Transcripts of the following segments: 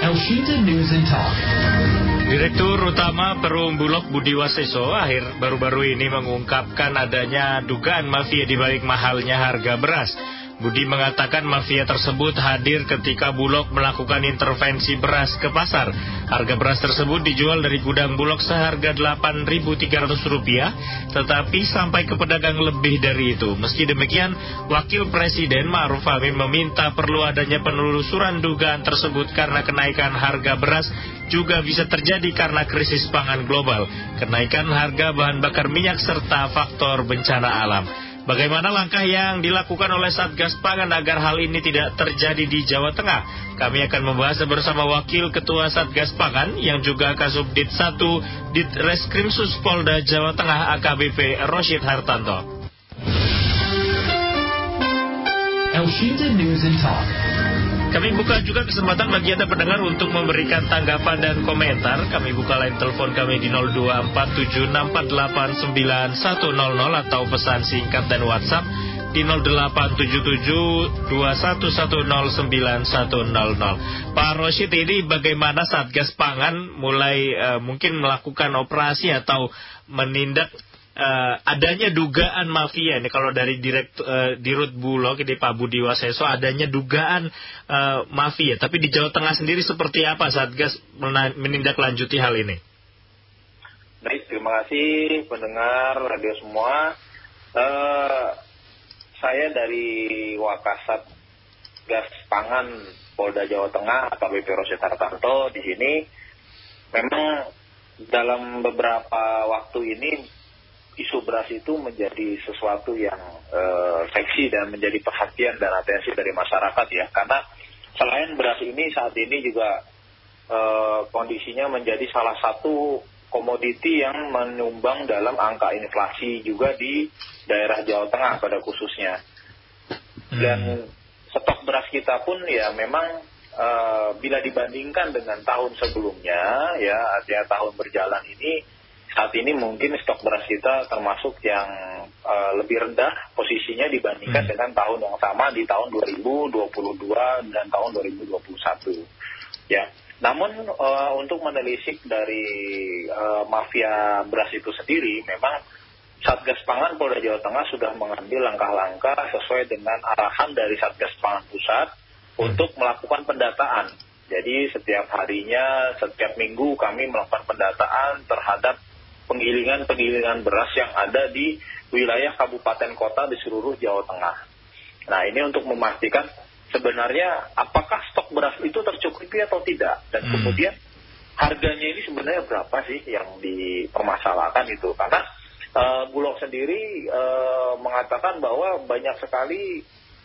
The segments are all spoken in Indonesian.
Elshita News and Talk. Direktur Utama Perum Bulog Budi Waseso baru-baru ini mengungkapkan adanya dugaan mafia di balik mahalnya harga beras. Budi mengatakan mafia tersebut hadir ketika Bulog melakukan intervensi beras ke pasar. Harga beras tersebut dijual dari gudang Bulog seharga Rp8.300, tetapi sampai ke pedagang lebih dari itu. Meski demikian, Wakil Presiden Ma'ruf Amin meminta perlu adanya penelusuran dugaan tersebut karena kenaikan harga beras juga bisa terjadi karena krisis pangan global, kenaikan harga bahan bakar minyak serta faktor bencana alam. Bagaimana langkah yang dilakukan oleh Satgas Pangan agar hal ini tidak terjadi di Jawa Tengah? Kami akan membahas bersama Wakil Ketua Satgas Pangan yang juga Kasubdit 1 Ditreskrimsus Polda Jawa Tengah AKBP Rosyid Hartanto. Elshita News and Talk. Kami buka juga kesempatan bagi Anda pendengar untuk memberikan tanggapan dan komentar. Kami buka line telepon kami di 0247648910 atau pesan singkat dan WhatsApp di 087721109100. Pak Rosyid, ini bagaimana Satgas Pangan mulai mungkin melakukan operasi atau menindak adanya dugaan mafia ini? Kalau dari Dirut Bulog ini Pak Budi Waseso, adanya dugaan mafia, tapi di Jawa Tengah sendiri seperti apa Satgas menindaklanjuti hal ini? Baik, terima kasih pendengar radio semua. Saya dari Wakasat Gas Pangan Polda Jawa Tengah AKBP Rosyid Hartanto di sini. Memang dalam beberapa waktu ini isu beras itu menjadi sesuatu yang seksi dan menjadi perhatian dan atensi dari masyarakat ya. Karena selain beras ini saat ini juga kondisinya menjadi salah satu komoditi yang menyumbang dalam angka inflasi juga di daerah Jawa Tengah pada khususnya. Dan stok beras kita pun ya memang bila dibandingkan dengan tahun sebelumnya ya, artinya tahun berjalan ini, saat ini mungkin stok beras kita termasuk yang lebih rendah posisinya dibandingkan dengan tahun yang sama di tahun 2022 dan tahun 2021. Ya, namun untuk menelisik dari mafia beras itu sendiri, memang Satgas Pangan Polda Jawa Tengah sudah mengambil langkah-langkah sesuai dengan arahan dari Satgas Pangan Pusat untuk melakukan pendataan. Jadi setiap harinya, setiap minggu kami melakukan pendataan terhadap penggilingan beras yang ada di wilayah kabupaten kota di seluruh Jawa Tengah. Nah, ini untuk memastikan sebenarnya apakah stok beras itu tercukupi atau tidak, dan kemudian harganya ini sebenarnya berapa sih yang dipermasalahkan itu. Karena Bulog sendiri mengatakan bahwa banyak sekali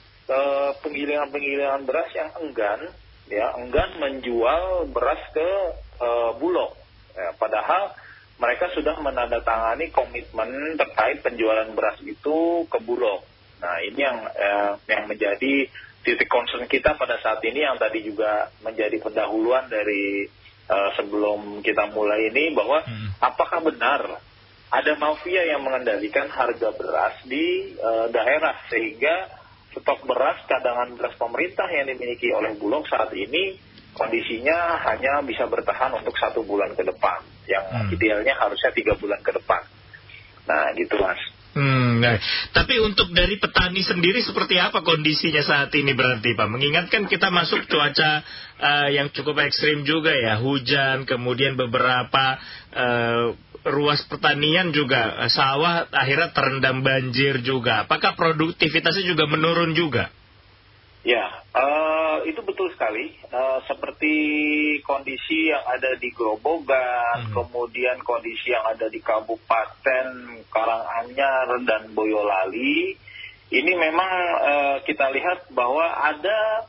penggilingan beras yang enggan menjual beras ke Bulog. Padahal mereka sudah menandatangani komitmen terkait penjualan beras itu ke Bulog. Nah, ini yang menjadi titik concern kita pada saat ini, yang tadi juga menjadi pendahuluan dari sebelum kita mulai ini, bahwa apakah benar ada mafia yang mengendalikan harga beras di daerah, sehingga stok beras, cadangan beras pemerintah yang dimiliki oleh Bulog saat ini kondisinya hanya bisa bertahan untuk 1 bulan ke depan, yang idealnya harusnya 3 bulan ke depan. Nah, gitu Mas. Nah, tapi untuk dari petani sendiri seperti apa kondisinya saat ini berarti Pak? Mengingatkan kita masuk cuaca yang cukup ekstrim juga ya, hujan, kemudian beberapa ruas pertanian juga, sawah akhirnya terendam banjir juga. Apakah produktivitasnya juga menurun juga? Ya, itu betul sekali. Seperti kondisi yang ada di Grobogan, kemudian kondisi yang ada di Kabupaten Karanganyar dan Boyolali, ini memang kita lihat bahwa ada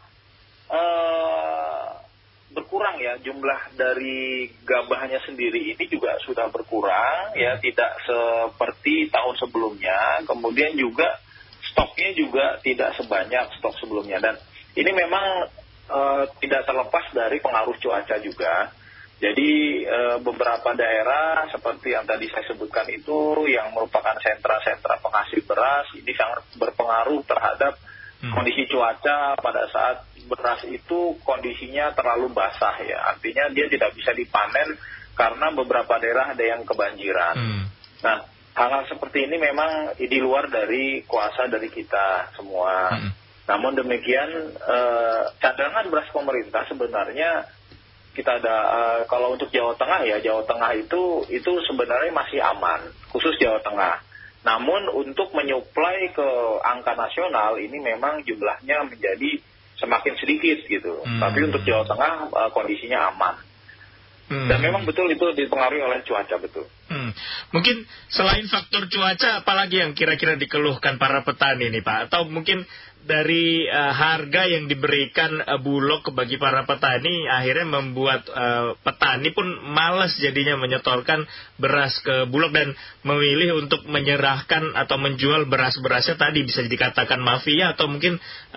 berkurang ya jumlah dari gabahnya sendiri, ini juga sudah berkurang ya, tidak seperti tahun sebelumnya. Kemudian juga stoknya juga tidak sebanyak stok sebelumnya, dan ini memang tidak terlepas dari pengaruh cuaca juga. Jadi beberapa daerah seperti yang tadi saya sebutkan itu, yang merupakan sentra-sentra penghasil beras, ini sangat berpengaruh terhadap kondisi cuaca pada saat beras itu kondisinya terlalu basah ya, artinya dia tidak bisa dipanen karena beberapa daerah ada yang kebanjiran. Nah, hal-hal seperti ini memang di luar dari kuasa dari kita semua. Namun demikian cadangan beras pemerintah sebenarnya kita ada kalau untuk Jawa Tengah ya, Jawa Tengah itu sebenarnya masih aman, khusus Jawa Tengah. Namun untuk menyuplai ke angka nasional ini memang jumlahnya menjadi semakin sedikit gitu. Tapi untuk Jawa Tengah kondisinya aman. Dan memang betul itu dipengaruhi oleh cuaca, betul. Mungkin selain faktor cuaca, apalagi yang kira-kira dikeluhkan para petani nih Pak? Atau mungkin dari harga yang diberikan Bulog bagi para petani akhirnya membuat petani pun malas jadinya menyetorkan beras ke Bulog dan memilih untuk menyerahkan atau menjual beras-berasnya tadi bisa dikatakan mafia atau mungkin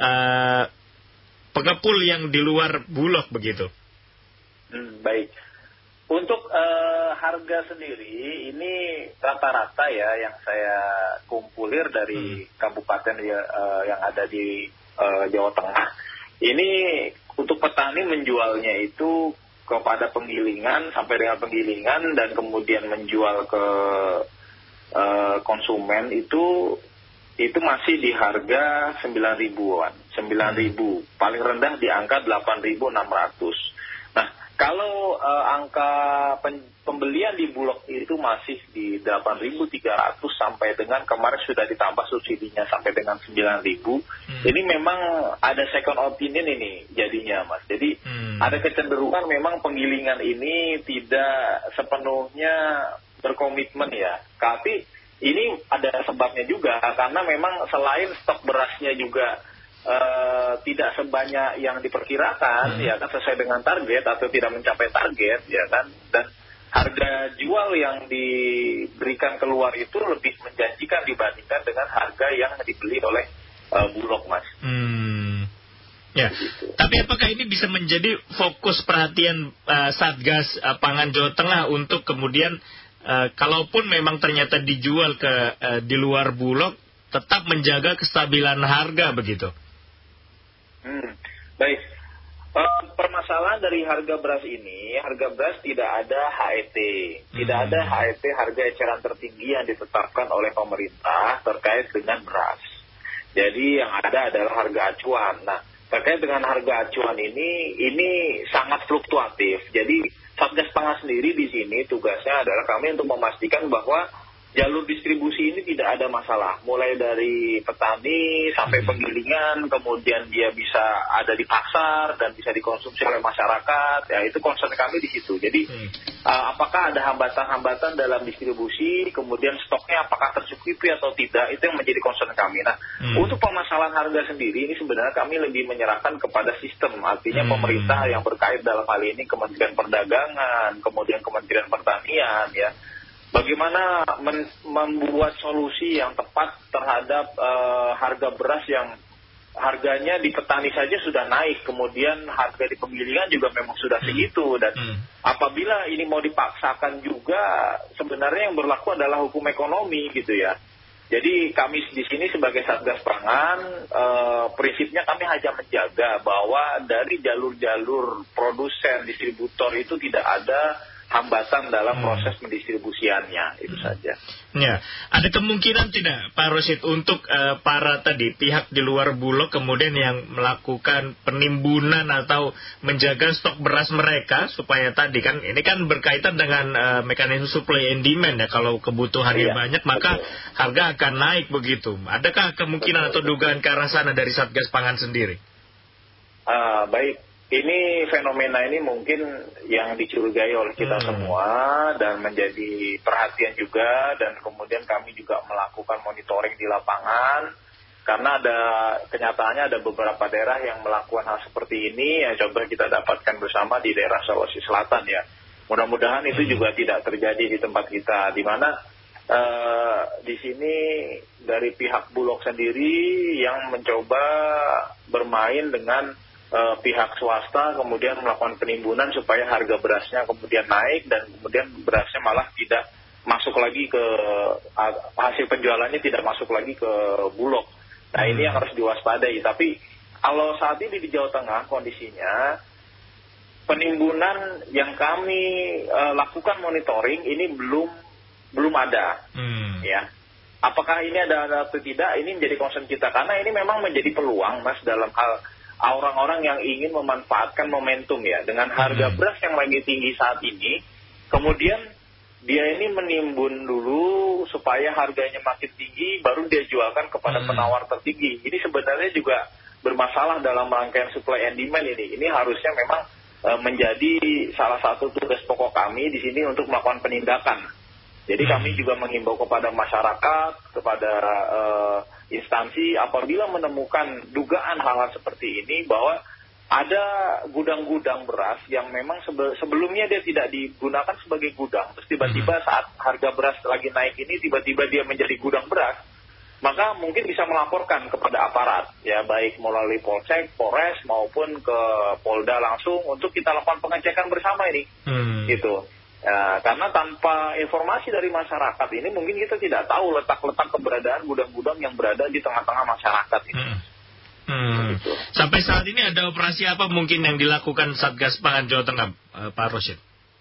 pengepul yang di luar Bulog begitu. Baik. Untuk harga sendiri ini rata-rata ya yang saya kumpulir dari kabupaten yang ada di Jawa Tengah. Ini untuk petani menjualnya itu kepada penggilingan sampai dengan penggilingan dan kemudian menjual ke konsumen itu masih di harga 9.000-an, 9.000. Paling rendah di angka 8.600. Kalau angka pembelian di Bulog itu masih di 8.300 sampai dengan kemarin sudah ditambah subsidinya sampai dengan 9.000. Ini memang ada second opinion ini jadinya Mas. Jadi ada kecenderungan memang penggilingan ini tidak sepenuhnya berkomitmen ya. Tapi ini ada sebabnya juga karena memang selain stok berasnya juga tidak sebanyak yang diperkirakan ya kan, sesuai dengan target atau tidak mencapai target ya kan, dan harga jual yang diberikan keluar itu lebih menjanjikan dibandingkan dengan harga yang dibeli oleh Bulog Mas. Ya. Tapi apakah ini bisa menjadi fokus perhatian Satgas Pangan Jawa Tengah untuk kemudian kalaupun memang ternyata dijual ke di luar Bulog tetap menjaga kestabilan harga begitu? Baik, permasalahan dari harga beras ini, harga beras tidak ada HET, tidak ada HET harga eceran tertinggi yang ditetapkan oleh pemerintah terkait dengan beras. Jadi yang ada adalah harga acuan. Nah, terkait dengan harga acuan ini sangat fluktuatif. Jadi Satgas Pangan sendiri di sini tugasnya adalah kami untuk memastikan bahwa jalur distribusi ini tidak ada masalah, mulai dari petani sampai penggilingan, kemudian dia bisa ada di pasar dan bisa dikonsumsi oleh masyarakat. Ya itu concern kami di situ. Jadi apakah ada hambatan-hambatan dalam distribusi, kemudian stoknya apakah tercukupi atau tidak, itu yang menjadi concern kami. Nah, untuk permasalahan harga sendiri ini sebenarnya kami lebih menyerahkan kepada sistem, artinya pemerintah yang berkait dalam hal ini Kementerian Perdagangan, kemudian Kementerian Pertanian ya. Bagaimana membuat solusi yang tepat terhadap harga beras yang harganya di petani saja sudah naik, kemudian harga di penggilingan juga memang sudah segitu, dan apabila ini mau dipaksakan juga sebenarnya yang berlaku adalah hukum ekonomi gitu ya. Jadi kami di sini sebagai Satgas Pangan prinsipnya kami hanya menjaga bahwa dari jalur-jalur produsen distributor itu tidak ada hambatan dalam proses pendistribusiannya, itu saja. Ya, ada kemungkinan tidak Pak Rosid untuk para tadi pihak di luar Bulog kemudian yang melakukan penimbunan atau menjaga stok beras mereka supaya tadi kan ini kan berkaitan dengan mekanisme supply and demand ya, kalau kebutuhannya banyak maka harga akan naik begitu. Adakah kemungkinan atau dugaan ke arah sana dari Satgas Pangan sendiri? Baik. Ini fenomena ini mungkin yang dicurigai oleh kita semua dan menjadi perhatian juga, dan kemudian kami juga melakukan monitoring di lapangan karena kenyataannya ada beberapa daerah yang melakukan hal seperti ini yang coba kita dapatkan bersama di daerah Sulawesi Selatan ya. Mudah-mudahan itu juga tidak terjadi di tempat kita, di mana di sini dari pihak Bulog sendiri yang mencoba bermain dengan pihak swasta kemudian melakukan penimbunan supaya harga berasnya kemudian naik dan kemudian berasnya malah tidak masuk lagi ke hasil penjualannya tidak masuk lagi ke Bulog. Nah ini yang harus diwaspadai. Tapi kalau saat ini di Jawa Tengah kondisinya penimbunan yang kami lakukan monitoring ini belum ada, ya. Apakah ini ada atau tidak? Ini menjadi concern kita karena ini memang menjadi peluang, Mas, dalam hal orang-orang yang ingin memanfaatkan momentum ya dengan harga beras yang lagi tinggi saat ini, kemudian dia ini menimbun dulu supaya harganya makin tinggi, baru dia jualkan kepada penawar tertinggi. Ini sebenarnya juga bermasalah dalam rangkaian supply and demand ini. Ini harusnya memang menjadi salah satu tugas pokok kami di sini untuk melakukan penindakan. Jadi kami juga menghimbau kepada masyarakat, kepada instansi apabila menemukan dugaan hal-hal seperti ini bahwa ada gudang-gudang beras yang memang sebelumnya dia tidak digunakan sebagai gudang. Terus tiba-tiba saat harga beras lagi naik ini tiba-tiba dia menjadi gudang beras, maka mungkin bisa melaporkan kepada aparat, ya baik melalui Polsek, Polres maupun ke Polda langsung untuk kita lakukan pengecekan bersama ini, gitu. Ya, karena tanpa informasi dari masyarakat ini mungkin kita tidak tahu letak-letak keberadaan gudang-gudang yang berada di tengah-tengah masyarakat ini. Gitu. Sampai saat ini ada operasi apa mungkin yang dilakukan Satgas Pangan Jawa Tengah, Pak Rosyid?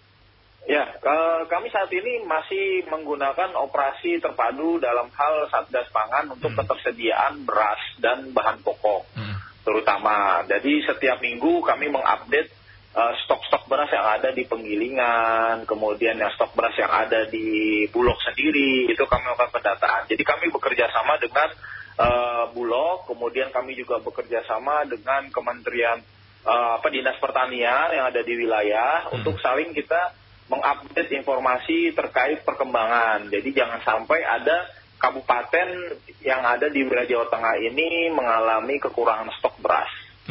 Ya, kami saat ini masih menggunakan operasi terpadu dalam hal Satgas Pangan untuk ketersediaan beras dan bahan pokok, terutama. Jadi setiap minggu kami mengupdate stok-stok beras yang ada di penggilingan, kemudian yang stok beras yang ada di Bulog sendiri, itu kami melakukan pendataan. Jadi kami bekerja sama dengan Bulog, kemudian kami juga bekerja sama dengan Kementerian Dinas Pertanian yang ada di wilayah untuk saling kita mengupdate informasi terkait perkembangan. Jadi jangan sampai ada kabupaten yang ada di wilayah Jawa Tengah ini mengalami kekurangan stok beras.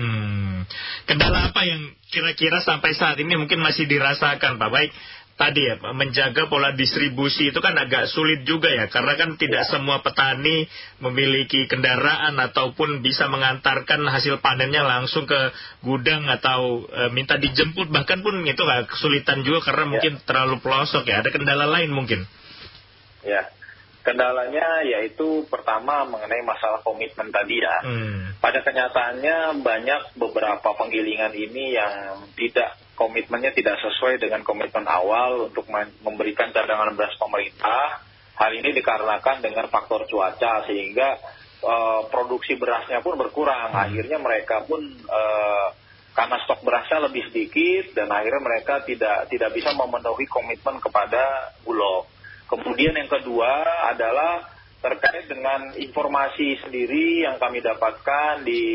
Kendala apa yang kira-kira sampai saat ini mungkin masih dirasakan, Pak? Baik, tadi ya, menjaga pola distribusi itu kan agak sulit juga ya, karena kan tidak semua petani memiliki kendaraan ataupun bisa mengantarkan hasil panennya langsung ke gudang atau minta dijemput, bahkan pun itu nggak kesulitan juga karena mungkin terlalu pelosok ya. Ada kendala lain mungkin? Ya. Kendalanya yaitu pertama mengenai masalah komitmen tadi ya. Pada kenyataannya banyak beberapa penggilingan ini yang komitmennya tidak sesuai dengan komitmen awal untuk memberikan cadangan beras pemerintah. Hal ini dikarenakan dengan faktor cuaca sehingga produksi berasnya pun berkurang. Akhirnya mereka pun karena stok berasnya lebih sedikit dan akhirnya mereka tidak bisa memenuhi komitmen kepada Bulog. Kemudian yang kedua adalah terkait dengan informasi sendiri yang kami dapatkan di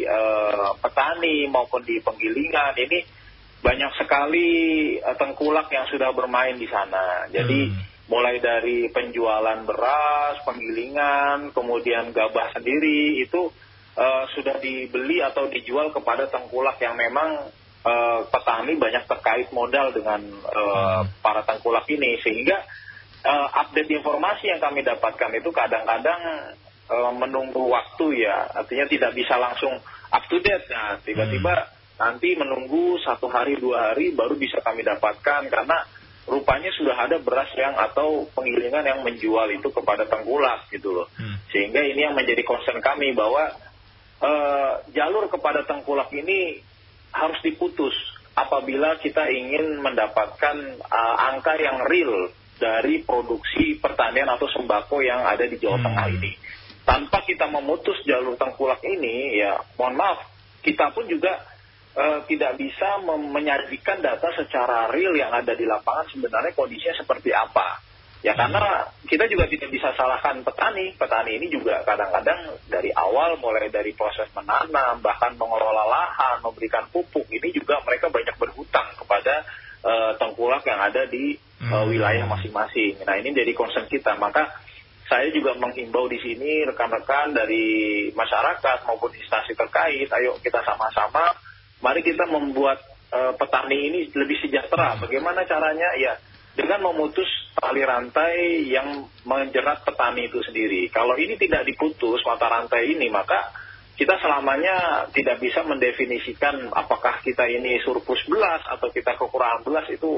petani maupun di penggilingan. Ini banyak sekali tengkulak yang sudah bermain di sana. Jadi mulai dari penjualan beras, penggilingan, kemudian gabah sendiri itu sudah dibeli atau dijual kepada tengkulak yang memang petani banyak terkait modal dengan para tengkulak ini, sehingga update informasi yang kami dapatkan itu kadang-kadang menunggu waktu ya, artinya tidak bisa langsung up to date. Nah, tiba-tiba nanti menunggu 1 hari 2 hari baru bisa kami dapatkan karena rupanya sudah ada beras yang atau penggilingan yang menjual itu kepada tengkulak gitu loh. Sehingga ini yang menjadi concern kami bahwa jalur kepada tengkulak ini harus diputus apabila kita ingin mendapatkan angka yang real dari produksi pertanian atau sembako yang ada di Jawa Tengah ini. Tanpa kita memutus jalur tengkulak ini, ya mohon maaf, kita pun juga tidak bisa menyajikan data secara real yang ada di lapangan sebenarnya kondisinya seperti apa. Ya karena kita juga tidak bisa salahkan petani. Petani ini juga kadang-kadang dari awal, mulai dari proses menanam, bahkan mengelola lahan, memberikan pupuk, ini juga mereka banyak berhutang kepada tengkulak yang ada di wilayah masing-masing. Nah ini jadi concern kita. Maka saya juga menghimbau di sini rekan-rekan dari masyarakat maupun instansi terkait, ayo kita sama-sama, mari kita membuat petani ini lebih sejahtera. Bagaimana caranya? Ya dengan memutus tali rantai yang menjerat petani itu sendiri. Kalau ini tidak diputus mata rantai ini, maka kita selamanya tidak bisa mendefinisikan apakah kita ini surplus beras atau kita kekurangan beras, itu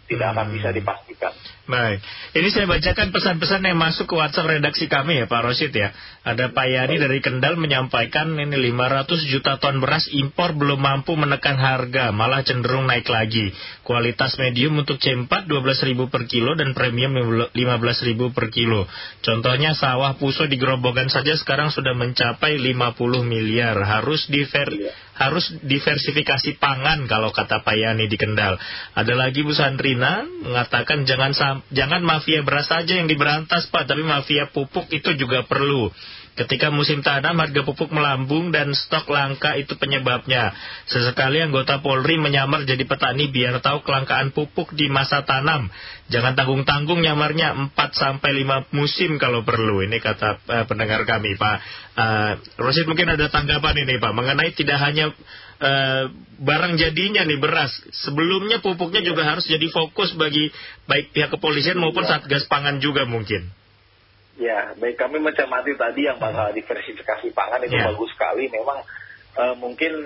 tidak akan bisa dipastikan. Baik, ini saya bacakan pesan-pesan yang masuk ke WhatsApp redaksi kami ya Pak Rosyid ya. Ada Pak Yani dari Kendal menyampaikan ini 500 juta ton beras impor belum mampu menekan harga, malah cenderung naik lagi. Kualitas medium untuk C4 12.000 per kilo dan premium 15.000 per kilo. Contohnya sawah Puso di Grobogan saja sekarang sudah mencapai 50 miliar. Harus diversifikasi pangan kalau kata Pak Yani di Kendal. Ada lagi Bu Sandrina mengatakan jangan mafia beras saja yang diberantas Pak, tapi mafia pupuk itu juga perlu. Ketika musim tanam harga pupuk melambung dan stok langka itu penyebabnya. Sesekali anggota Polri menyamar jadi petani biar tahu kelangkaan pupuk di masa tanam. Jangan tanggung-tanggung nyamarnya 4-5 musim kalau perlu. Ini kata pendengar kami Pak Rosyid. Mungkin ada tanggapan ini Pak mengenai tidak hanya barang jadinya nih beras, sebelumnya pupuknya juga harus jadi fokus bagi baik pihak kepolisian maupun Satgas Pangan juga mungkin. Ya, baik, kami mencermati tadi yang masalah diversifikasi pangan itu bagus sekali. Memang mungkin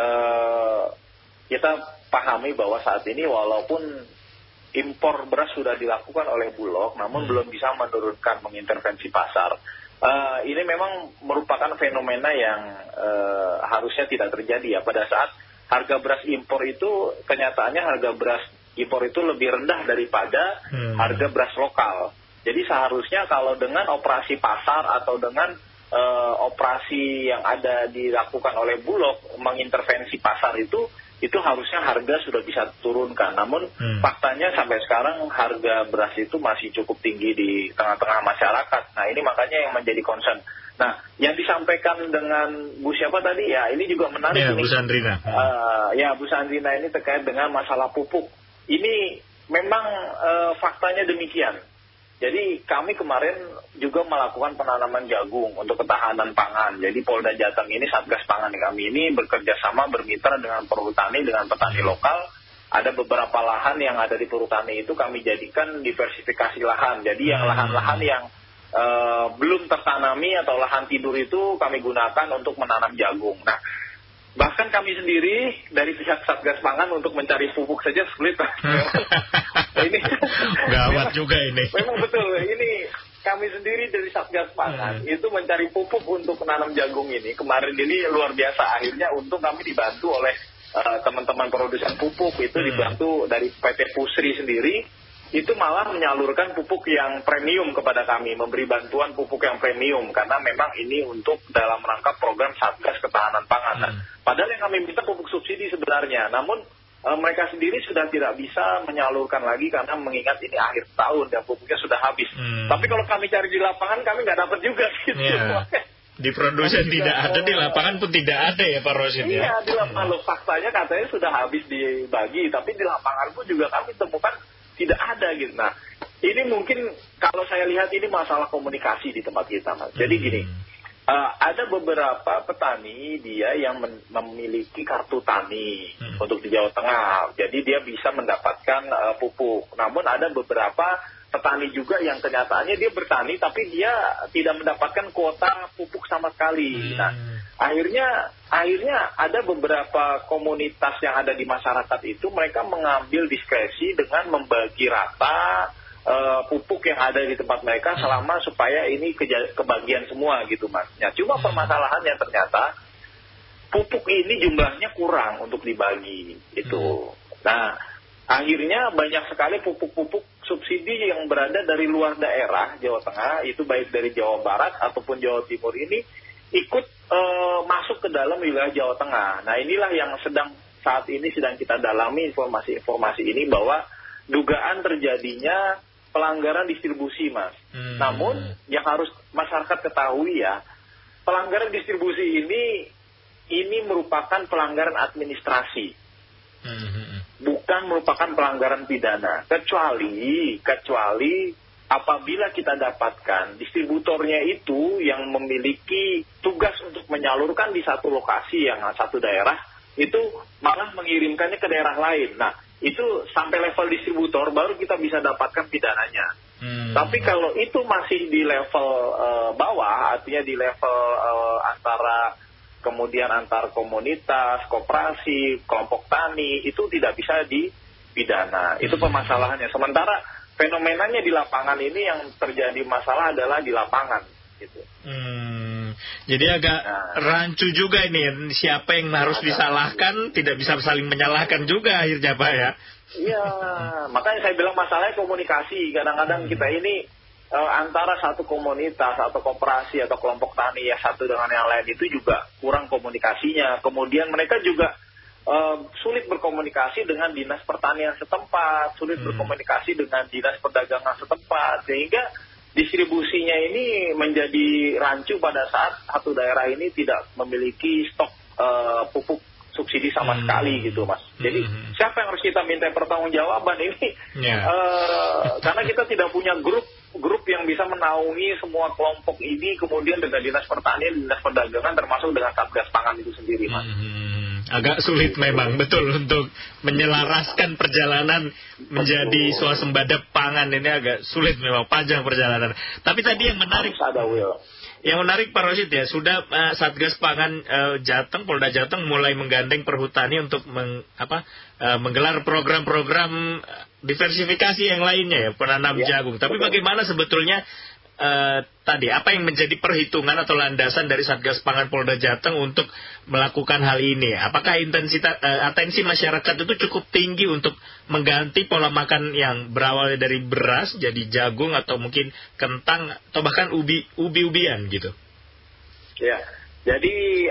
kita pahami bahwa saat ini walaupun impor beras sudah dilakukan oleh Bulog, namun belum bisa menurunkan mengintervensi pasar. Ini memang merupakan fenomena yang harusnya tidak terjadi ya. Pada saat harga beras impor itu, kenyataannya harga beras impor itu lebih rendah daripada harga beras lokal. Jadi seharusnya kalau dengan operasi pasar atau dengan operasi yang ada dilakukan oleh Bulog mengintervensi pasar itu harusnya harga sudah bisa turunkan. Namun faktanya sampai sekarang harga beras itu masih cukup tinggi di tengah-tengah masyarakat. Nah ini makanya yang menjadi concern. Nah yang disampaikan dengan Bu siapa tadi ya ini juga menarik. Bu Sandrina. Bu Sandrina ini terkait dengan masalah pupuk. Ini memang faktanya demikian. Jadi kami kemarin juga melakukan penanaman jagung untuk ketahanan pangan. Jadi Polda Jateng ini, Satgas Pangan kami ini bekerja sama bermitra dengan perhutani, dengan petani lokal. Ada beberapa lahan yang ada di perhutani itu kami jadikan diversifikasi lahan. Jadi yang lahan-lahan yang belum tertanami atau lahan tidur itu kami gunakan untuk menanam jagung. Nah, bahkan kami sendiri dari pihak Satgas Pangan untuk mencari pupuk saja sulit. Ini gawat juga ini. Memang betul. Ini kami sendiri dari Satgas Pangan itu mencari pupuk untuk menanam jagung ini. Kemarin ini luar biasa. Akhirnya untung kami dibantu oleh teman-teman produsen pupuk. Itu dibantu dari PT Pusri sendiri. Itu malah menyalurkan pupuk yang premium kepada kami. Memberi bantuan pupuk yang premium. Karena memang ini untuk dalam rangka program Satgas Ketahanan Pangan. Padahal yang kami minta pupuk subsidi sebenarnya. Namun mereka sendiri sudah tidak bisa menyalurkan lagi karena mengingat ini akhir tahun dan pupuknya sudah habis. Tapi kalau kami cari di lapangan kami nggak dapat juga gitu. Di produsen tidak ada, di lapangan pun tidak ada ya Pak Rosyid ya. Iya, di lapangan faktanya katanya sudah habis dibagi, tapi di lapangan pun juga kami temukan tidak ada gitu. Nah, ini mungkin kalau saya lihat ini masalah komunikasi di tempat kita Mas. Jadi gini, ada beberapa petani dia yang memiliki kartu tani untuk di Jawa Tengah. Jadi dia bisa mendapatkan pupuk. Namun ada beberapa petani juga yang kenyataannya dia bertani tapi dia tidak mendapatkan kuota pupuk sama sekali. Nah, akhirnya ada beberapa komunitas yang ada di masyarakat itu mereka mengambil diskresi dengan membagi rata pupuk yang ada di tempat mereka selama supaya ini kebagian semua gitu Mas. Ya, cuma permasalahannya ternyata pupuk ini jumlahnya kurang untuk dibagi itu. Nah, akhirnya banyak sekali pupuk-pupuk subsidi yang berada dari luar daerah Jawa Tengah itu baik dari Jawa Barat ataupun Jawa Timur ini ikut masuk ke dalam wilayah Jawa Tengah. Nah, inilah yang saat ini sedang kita dalami informasi-informasi ini bahwa dugaan terjadinya pelanggaran distribusi Mas. Namun yang harus masyarakat ketahui ya, pelanggaran distribusi ini merupakan pelanggaran administrasi, bukan merupakan pelanggaran pidana. Kecuali apabila kita dapatkan distributornya itu yang memiliki tugas untuk menyalurkan di satu lokasi yang satu daerah, itu malah mengirimkannya ke daerah lain. Nah, itu sampai level distributor baru kita bisa dapatkan pidananya. Tapi kalau itu masih di level bawah, artinya di level antar komunitas, koperasi, kelompok tani, itu tidak bisa pidana. Itu permasalahannya. Sementara fenomenanya di lapangan ini yang terjadi masalah adalah di lapangan gitu. Jadi agak rancu juga ini, siapa yang harus disalahkan, tidak bisa saling menyalahkan juga akhirnya Pak ya. Iya, makanya saya bilang masalahnya komunikasi. Kadang-kadang kita ini antara satu komunitas atau koperasi atau kelompok tani ya satu dengan yang lain itu juga kurang komunikasinya. Kemudian mereka juga sulit berkomunikasi dengan dinas pertanian setempat, sulit berkomunikasi dengan dinas perdagangan setempat, sehingga distribusinya ini menjadi rancu pada saat satu daerah ini tidak memiliki stok pupuk subsidi sama sekali gitu Mas. Jadi siapa yang harus kita minta pertanggungjawaban ini? Karena kita tidak punya grup yang bisa menaungi semua kelompok ini, kemudian dengan dinas pertanian, dinas perdagangan, termasuk dengan Satgas Pangan itu sendiri Mas. Agak sulit memang betul untuk menyelaraskan perjalanan menjadi swasembada pangan, ini agak sulit memang, panjang perjalanan. Tapi tadi yang menarik, yang menarik Pak Rosyid ya, sudah Satgas Pangan Jateng, Polda Jateng mulai menggandeng Perhutani untuk menggelar program-program diversifikasi yang lainnya ya, penanam jagung. Tapi bagaimana sebetulnya tadi apa yang menjadi perhitungan atau landasan dari Satgas Pangan Polda Jateng untuk melakukan hal ini? Apakah atensi masyarakat itu cukup tinggi untuk mengganti pola makan yang berawal dari beras jadi jagung atau mungkin kentang atau bahkan ubi-ubian gitu? Ya, jadi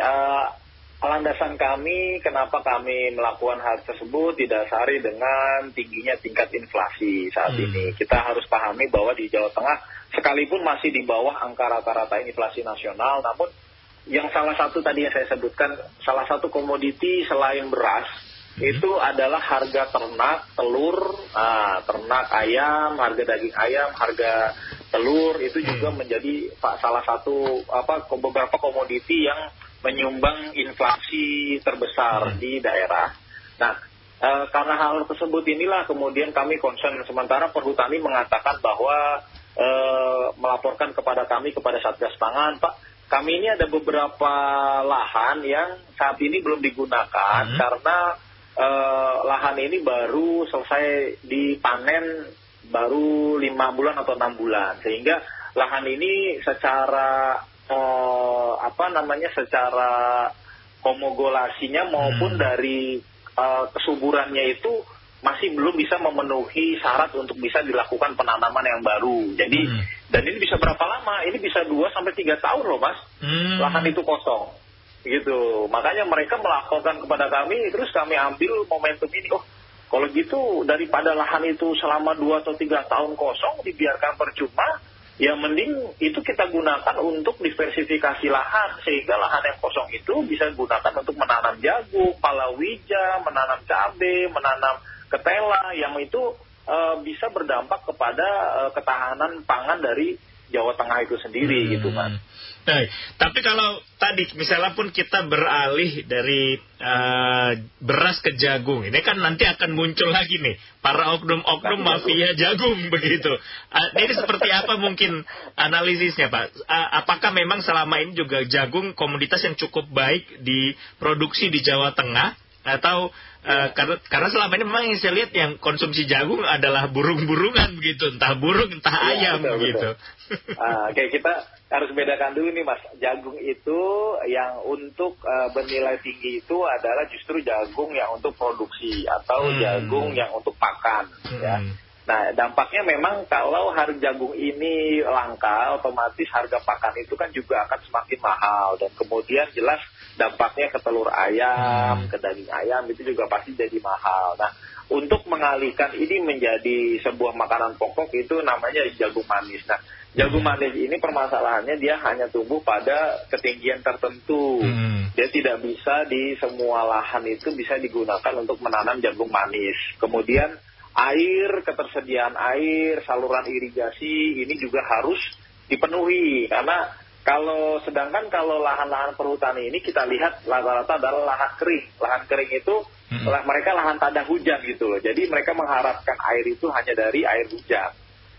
landasan kami kenapa kami melakukan hal tersebut didasari dengan tingginya tingkat inflasi saat ini. Kita harus pahami bahwa di Jawa Tengah sekalipun masih di bawah angka rata-rata inflasi nasional, namun yang salah satu tadi yang saya sebutkan, salah satu komoditi selain beras itu adalah harga ternak, telur, ternak ayam, harga daging ayam, harga telur itu juga menjadi salah satu beberapa komoditi yang menyumbang inflasi terbesar di daerah. Nah, karena hal tersebut inilah kemudian kami concern. Sementara Perhutani mengatakan bahwa melaporkan kepada kami, kepada Satgas Pangan, Pak, kami ini ada beberapa lahan yang saat ini belum digunakan karena lahan ini baru selesai dipanen baru 5 bulan atau 6 bulan, sehingga lahan ini secara secara homogolasinya maupun dari kesuburannya itu masih belum bisa memenuhi syarat untuk bisa dilakukan penanaman yang baru. Jadi dan ini bisa berapa lama? Ini bisa 2-3 tahun loh Mas. Lahan itu kosong. Gitu. Makanya mereka melaporkan kepada kami, terus kami ambil momentum ini. Oh, kalau gitu daripada lahan itu selama 2 atau 3 tahun kosong dibiarkan percuma, ya mending itu kita gunakan untuk diversifikasi lahan, sehingga lahan yang kosong itu bisa digunakan untuk menanam jagung, palawija, menanam cabai, menanam ketela, yang itu bisa berdampak kepada ketahanan pangan dari Jawa Tengah itu sendiri gitu Mas. Baik, tapi kalau tadi misalnya pun kita beralih dari beras ke jagung, ini kan nanti akan muncul lagi nih para oknum-oknum mafia jagung begitu. Ini seperti apa mungkin analisisnya Pak? Apakah memang selama ini juga jagung komoditas yang cukup baik diproduksi di Jawa Tengah? Atau karena selama ini memang yang saya lihat yang konsumsi jagung adalah burung-burungan begitu, entah burung entah ayam begitu. Oke, kita harus bedakan dulu nih Mas. Jagung itu yang untuk bernilai tinggi itu adalah justru jagung yang untuk produksi atau jagung yang untuk pakan ya. Nah, dampaknya memang kalau harga jagung ini langka, otomatis harga pakan itu kan juga akan semakin mahal. Dan kemudian jelas dampaknya ke telur ayam, ke daging ayam itu juga pasti jadi mahal. Nah, untuk mengalihkan ini menjadi sebuah makanan pokok itu namanya jagung manis. Nah, jagung manis ini permasalahannya dia hanya tumbuh pada ketinggian tertentu. Dia tidak bisa di semua lahan itu bisa digunakan untuk menanam jagung manis. Kemudian air, ketersediaan air, saluran irigasi ini juga harus dipenuhi. Karena sedangkan kalau lahan-lahan perhutani ini kita lihat rata-rata adalah lahan kering. Lahan kering itu mereka lahan tak ada hujan gitu loh. Jadi mereka mengharapkan air itu hanya dari air hujan.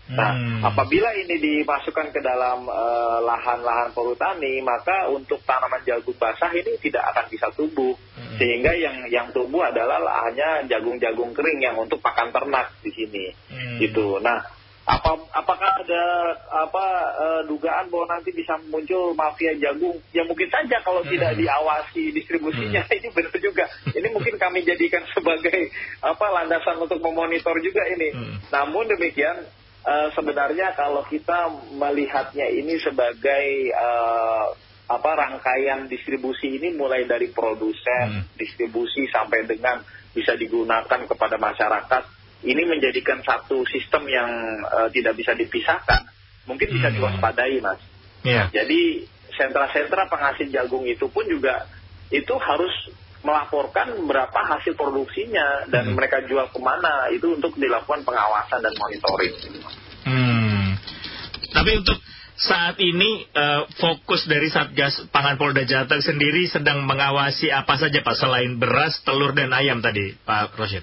Nah, apabila ini dimasukkan ke dalam lahan-lahan perhutani, maka untuk tanaman jagung basah ini tidak akan bisa tumbuh. Sehingga yang tumbuh adalah hanya jagung-jagung kering yang untuk pakan ternak di sini. Gitu. Nah, apakah ada dugaan bahwa nanti bisa muncul mafia jagung? Ya mungkin saja kalau tidak diawasi distribusinya. Ini benar juga. Ini mungkin kami jadikan sebagai landasan untuk memonitor juga ini. Namun demikian, sebenarnya kalau kita melihatnya ini sebagai rangkaian distribusi ini mulai dari produsen, distribusi sampai dengan bisa digunakan kepada masyarakat. Ini menjadikan satu sistem yang tidak bisa dipisahkan. Mungkin bisa diwaspadai, Mas. Jadi sentra-sentra penghasil jagung itu pun juga itu harus melaporkan berapa hasil produksinya dan mereka jual kemana. Itu untuk dilakukan pengawasan dan monitoring. Tapi untuk saat ini fokus dari Satgas Pangan Polda Jateng sendiri sedang mengawasi apa saja Pak selain beras, telur dan ayam tadi Pak Rosyid?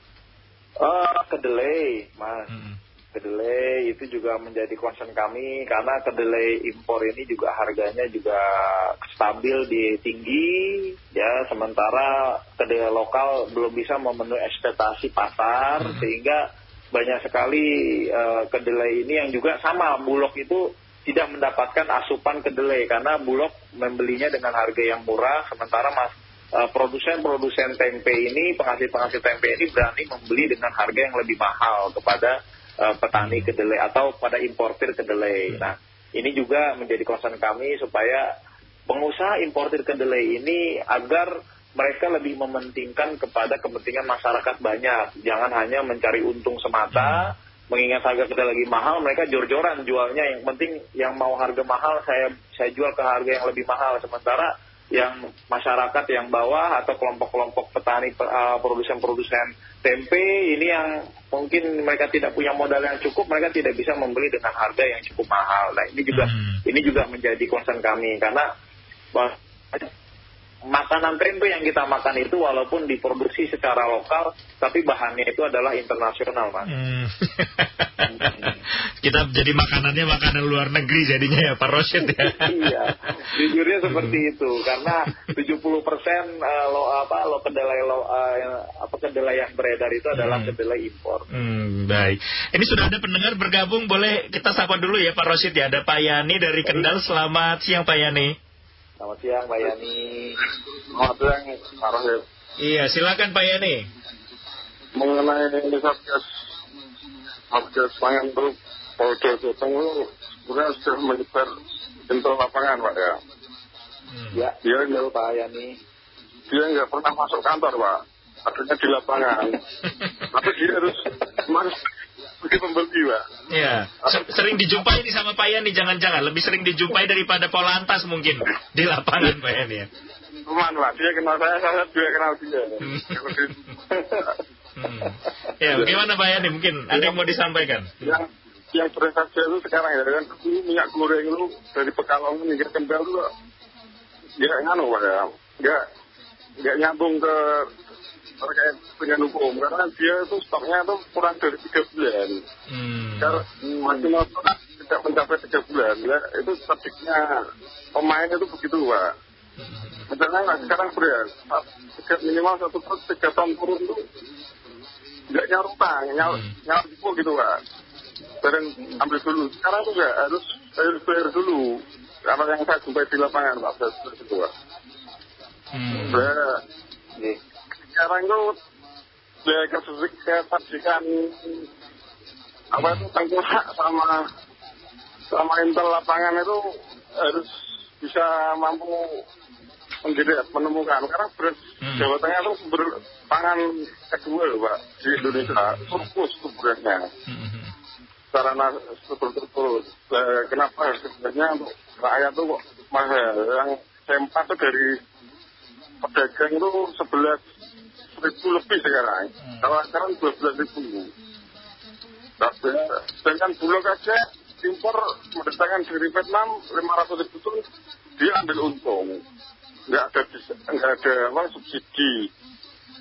Kedelai, Mas. Kedelai itu juga menjadi concern kami karena kedelai impor ini juga harganya juga stabil di tinggi, ya. Sementara kedelai lokal belum bisa memenuhi ekspektasi pasar, sehingga banyak sekali kedelai ini yang juga sama Bulog itu tidak mendapatkan asupan kedelai karena Bulog membelinya dengan harga yang murah, sementara produsen-produsen tempe ini, penghasil-penghasil tempe ini berani membeli dengan harga yang lebih mahal kepada petani kedelai atau pada importir kedelai. Nah, ini juga menjadi concern kami supaya pengusaha importir kedelai ini agar mereka lebih mementingkan kepada kepentingan masyarakat banyak. Jangan hanya mencari untung semata, mengingat harga kedelai lagi mahal, mereka jor-joran jualnya. Yang penting yang mau harga mahal saya jual ke harga yang lebih mahal, sementara yang masyarakat yang bawah atau kelompok-kelompok petani produsen-produsen tempe ini yang mungkin mereka tidak punya modal yang cukup, mereka tidak bisa membeli dengan harga yang cukup mahal. Nah, ini juga menjadi concern kami karena makanan tempe yang kita makan itu walaupun diproduksi secara lokal, tapi bahannya itu adalah internasional, Mas. Kita jadi makanannya makanan luar negeri jadinya ya Pak Rosyid ya. Iya, jujurnya seperti itu karena 70% kedelai yang beredar itu adalah kedelai impor. Baik. Ini sudah ada pendengar bergabung, boleh kita sapa dulu ya Pak Rosyid ya. Ada Pak Yani dari Kendal. Selamat siang Pak Yani. Selamat siang Pak Yani. Selamat siang Pak Rosyid. Iya, silakan Pak Yani. Mengenai Satgas Pangan Polda Jateng itu sebenarnya sudah menyebar info lapangan Pak ya. Ya, betul Pak Yani. Dia nggak pernah masuk kantor Pak, adanya di lapangan. Tapi dia harus pergi membeli Pak. Iya, sering dijumpai nih sama Pak Yani, jangan-jangan lebih sering dijumpai daripada Polantas mungkin di lapangan Pak Yani ya. Teman Pak, dia kenal saya juga kenal dia. Ya, bagaimana Pak Yani? Mungkin ada yang mau disampaikan? Yang beredar itu sekarang ya kan, minyak goreng itu dari Pekalongan hingga Kendal itu nggak nganu Pak ya, nggak nyambung ke terkait dengan hukum karena dia itu stoknya itu kurang dari 3 bulan. Karena maksimal tidak mencapai 3 bulan ya, itu statistiknya pemain itu begitu Pak. Misalnya sekarang beras minimal 1 truk 3 ton turun itu nggak nyarutang, nyaruh gitu Pak. Barang ambil dulu. Sekarang itu nggak harus bayar dulu. Karena yang saya jumpai di lapangan Pak, itu Pak. Sekarang itu kesaksikan tengkulak sama intel lapangan itu harus bisa mampu menemukan karena beras Jawa Tengah itu sumber pangan kedua Pak di Indonesia, surplus itu berasnya sarana terus kenapa sebenarnya untuk rakyat itu kok mahal. Yang sempat itu dari pedagang itu 11.000 lebih sekarang, kalau sekarang 12.000. Sedangkan Bulog aja impor mendatangkan dari Vietnam 500.000 ton, dia ambil untung, nggak ada subsidi.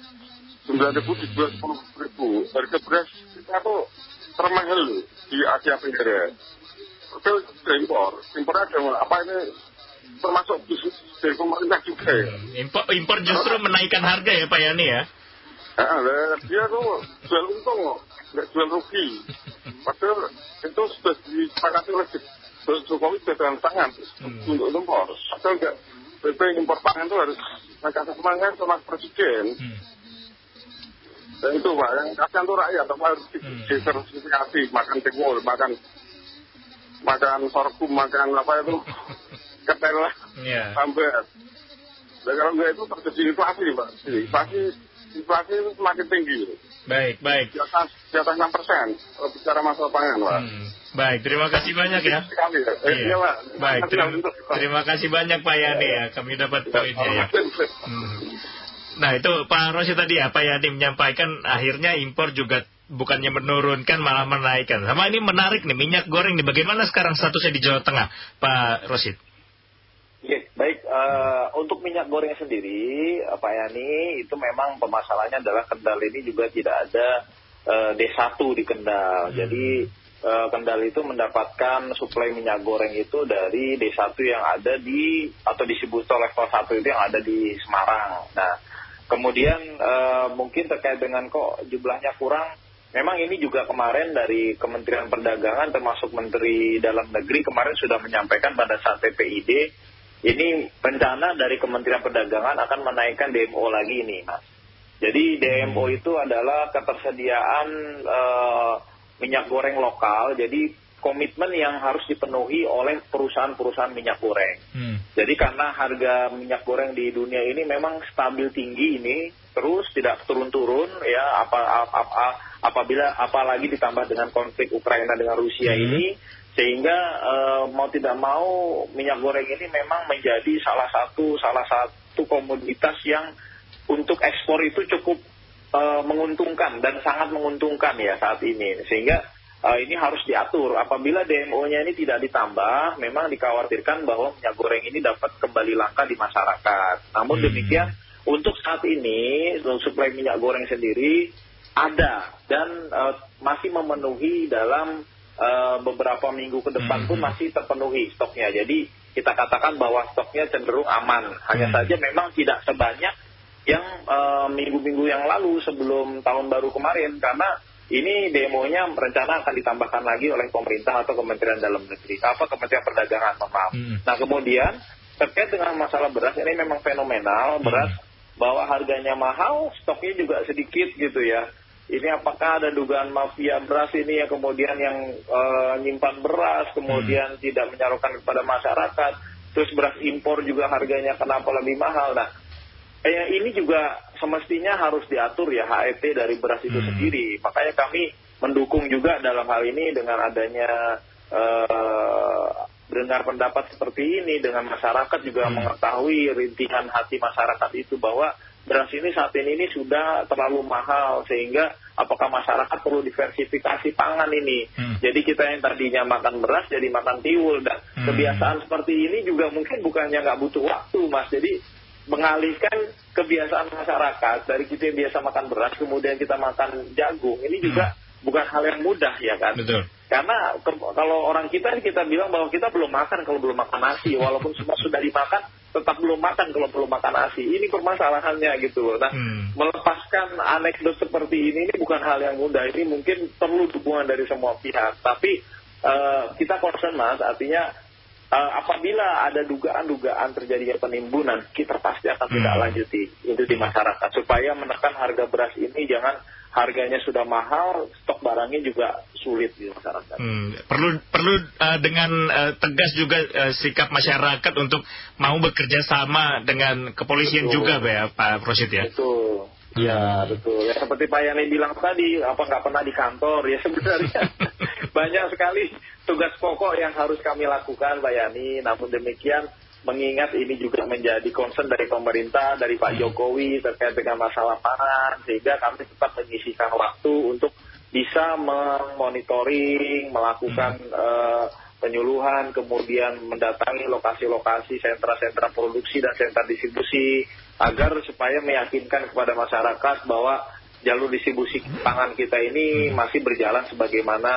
9.000 dijual 10.000. Harga beras kita tuh termahal loh di Asia siapa ini? Itu impor ada apa ini termasuk bisnis dari pemerintah juga ya. Impor justru menaikkan harga ya Pak Yani ya? Dia tuh jual untung kok, nggak jual rugi. Padahal itu sudah disepakati oleh Jokowi sudah dengan tangan untuk impor. Padahal nggak, BP impor pangan itu harus ngajak semangat sama presiden. Dan itu Pak, yang kasihan tuh rakyat, apa harus disertifikasi, makan tegol, makan sorghum, makan apa itu, ketel lah, sambat. Dan kalau enggak itu terjadi inflasi Pak. Inflasi itu semakin tinggi. Baik. Di atas 6% kalau bicara masalah pangan Pak. Baik, terima kasih banyak ya. Sekali ya. Iya Pak. Baik, terima kasih banyak Pak Yani ya, kami dapat poinnya ya. Nah itu Pak Rosyid tadi ya, Pak Yani menyampaikan akhirnya impor juga bukannya menurunkan malah menaikkan. Sama ini menarik nih, minyak goreng nih, bagaimana sekarang statusnya di Jawa Tengah Pak Rosyid? Oke, baik. Untuk minyak goreng sendiri, Pak Yani, itu memang permasalahannya adalah Kendal ini juga tidak ada D1 di Kendal. Jadi Kendal itu mendapatkan suplai minyak goreng itu dari D1 yang ada atau distributor level 1 itu yang ada di Semarang. Nah, kemudian mungkin terkait dengan kok jumlahnya kurang, memang ini juga kemarin dari Kementerian Perdagangan termasuk Menteri Dalam Negeri kemarin sudah menyampaikan pada saat TPID, ini rencana dari Kementerian Perdagangan akan menaikkan DMO lagi ini Mas. Jadi DMO itu adalah ketersediaan minyak goreng lokal, jadi komitmen yang harus dipenuhi oleh perusahaan-perusahaan minyak goreng. Jadi karena harga minyak goreng di dunia ini memang stabil tinggi ini, terus tidak turun-turun ya, apalagi ditambah dengan konflik Ukraina dengan Rusia ini, sehingga mau tidak mau minyak goreng ini memang menjadi salah satu komoditas yang untuk ekspor itu cukup menguntungkan dan sangat menguntungkan ya saat ini, sehingga ini harus diatur. Apabila DMO-nya ini tidak ditambah, memang dikhawatirkan bahwa minyak goreng ini dapat kembali langka di masyarakat. Namun demikian, untuk saat ini suplai minyak goreng sendiri ada dan masih memenuhi dalam beberapa minggu ke depan pun masih terpenuhi stoknya. Jadi kita katakan bahwa stoknya cenderung aman. Hanya saja memang tidak sebanyak yang minggu-minggu yang lalu sebelum tahun baru kemarin, karena ini DMO-nya rencana akan ditambahkan lagi oleh pemerintah atau Kementerian Dalam Negeri, Kementerian Perdagangan, maaf. Nah kemudian terkait dengan masalah beras, ini memang fenomenal beras, bahwa harganya mahal, stoknya juga sedikit gitu ya. Ini apakah ada dugaan mafia beras ini yang kemudian yang nyimpan beras, kemudian tidak menyalurkan kepada masyarakat, terus beras impor juga harganya kenapa lebih mahal. Nah ini juga semestinya harus diatur ya HET dari beras itu sendiri. Makanya kami mendukung juga dalam hal ini dengan adanya dengar pendapat seperti ini, dengan masyarakat juga mengetahui rintihan hati masyarakat itu bahwa beras ini saat ini sudah terlalu mahal, sehingga apakah masyarakat perlu diversifikasi pangan ini. Jadi kita yang tadinya makan beras jadi makan tiwul, dan kebiasaan seperti ini juga mungkin bukannya nggak butuh waktu Mas. Jadi mengalihkan kebiasaan masyarakat dari kita yang biasa makan beras kemudian kita makan jagung, ini juga bukan hal yang mudah ya kan. Betul. Karena kalau orang kita bilang bahwa kita belum makan kalau belum makan nasi, walaupun semua sudah dimakan tetap belum makan kalau belum makan nasi. Ini permasalahannya gitu loh. Nah melepaskan anekdot seperti ini bukan hal yang mudah. Ini mungkin perlu dukungan dari semua pihak. Tapi kita concern Mas, artinya apabila ada dugaan-dugaan terjadinya penimbunan, kita pasti akan tidak lanjuti itu di masyarakat supaya menekan harga beras ini. Jangan harganya sudah mahal, stok barangnya juga sulit di masyarakat. Perlu dengan tegas juga sikap masyarakat untuk mau bekerja sama dengan kepolisian juga ya Pak Rosyid ya. Betul. Ya betul. Ya seperti Pak Yani bilang tadi, nggak pernah di kantor ya sebenarnya. Banyak sekali tugas pokok yang harus kami lakukan Pak Yani. Namun demikian, mengingat ini juga menjadi concern dari pemerintah, dari Pak Jokowi terkait dengan masalah pangan, sehingga kami tetap menyisihkan waktu untuk bisa memonitoring, melakukan penyuluhan, kemudian mendatangi lokasi-lokasi sentra-sentra produksi dan sentra distribusi, agar supaya meyakinkan kepada masyarakat bahwa jalur distribusi pangan kita ini masih berjalan sebagaimana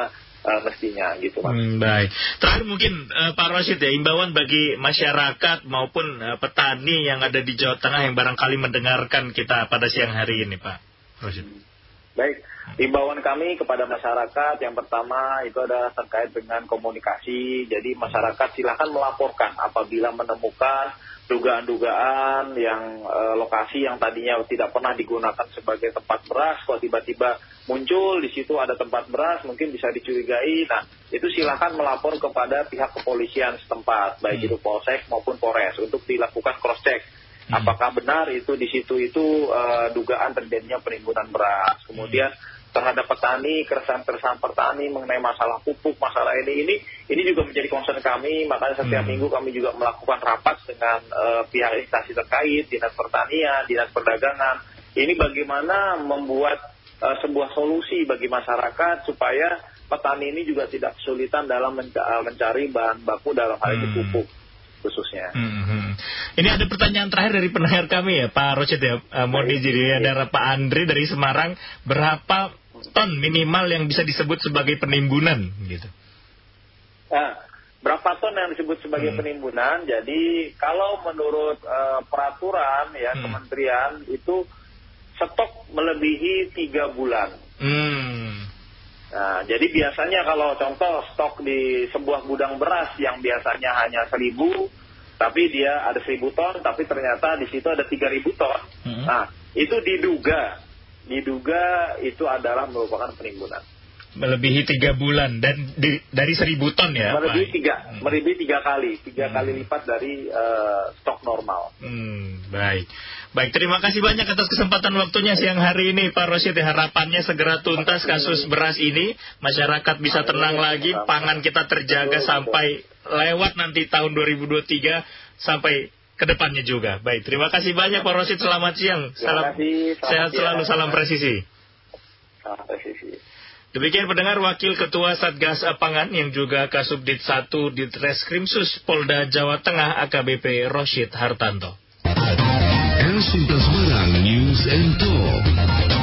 mestinya gitu Mas. Baik. Terakhir mungkin Pak Rosyid ya, imbauan bagi masyarakat maupun petani yang ada di Jawa Tengah yang barangkali mendengarkan kita pada siang hari ini Pak Rosyid. Baik, imbauan kami kepada masyarakat yang pertama itu adalah terkait dengan komunikasi. Jadi masyarakat silakan melaporkan apabila menemukan dugaan-dugaan yang lokasi yang tadinya tidak pernah digunakan sebagai tempat beras, kok tiba-tiba muncul di situ ada tempat beras, mungkin bisa dicurigai. Nah, itu silakan melapor kepada pihak kepolisian setempat, baik itu Polsek maupun Polres, untuk dilakukan cross check. Apakah benar itu di situ itu dugaan terjadinya penimbunan beras. Kemudian terhadap petani, keresahan-keresahan petani mengenai masalah pupuk, masalah ini juga menjadi concern kami. Makanya setiap minggu kami juga melakukan rapat dengan pihak instansi terkait, Dinas Pertanian, Dinas Perdagangan. Ini bagaimana membuat sebuah solusi bagi masyarakat supaya petani ini juga tidak kesulitan dalam mencari bahan baku dalam hal ini pupuk khususnya. Ini ada pertanyaan terakhir dari pendengar kami ya Pak Rosyid ya, mohon izin ya, dari Pak Andri dari Semarang, berapa ton minimal yang bisa disebut sebagai penimbunan gitu? Nah, berapa ton yang disebut sebagai penimbunan? Jadi kalau menurut peraturan ya kementerian itu stok melebihi 3 bulan. Nah, jadi biasanya kalau contoh stok di sebuah gudang beras yang biasanya hanya 1.000, tapi dia ada 1.000 ton, tapi ternyata di situ ada 3.000 ton. Nah, itu diduga itu adalah merupakan penimbunan. Melebihi 3 bulan dan dari 1.000 ton ya? Melebihi 3 kali lipat dari stok normal. Baik, terima kasih banyak atas kesempatan waktunya siang hari ini Pak Rosyid. Harapannya segera tuntas kasus beras ini, masyarakat bisa tenang lagi, pangan kita terjaga sampai lewat nanti tahun 2023 sampai ke depannya juga. Baik, terima kasih banyak Pak Rosyid, selamat siang. Sehat selalu, salam presisi. Salam presisi. Demikian pendengar, Wakil Ketua Satgas Pangan yang juga Kasubdit 1 Ditreskrimsus Polda Jawa Tengah AKBP Rosyid Hartanto. Semarang News and Talk.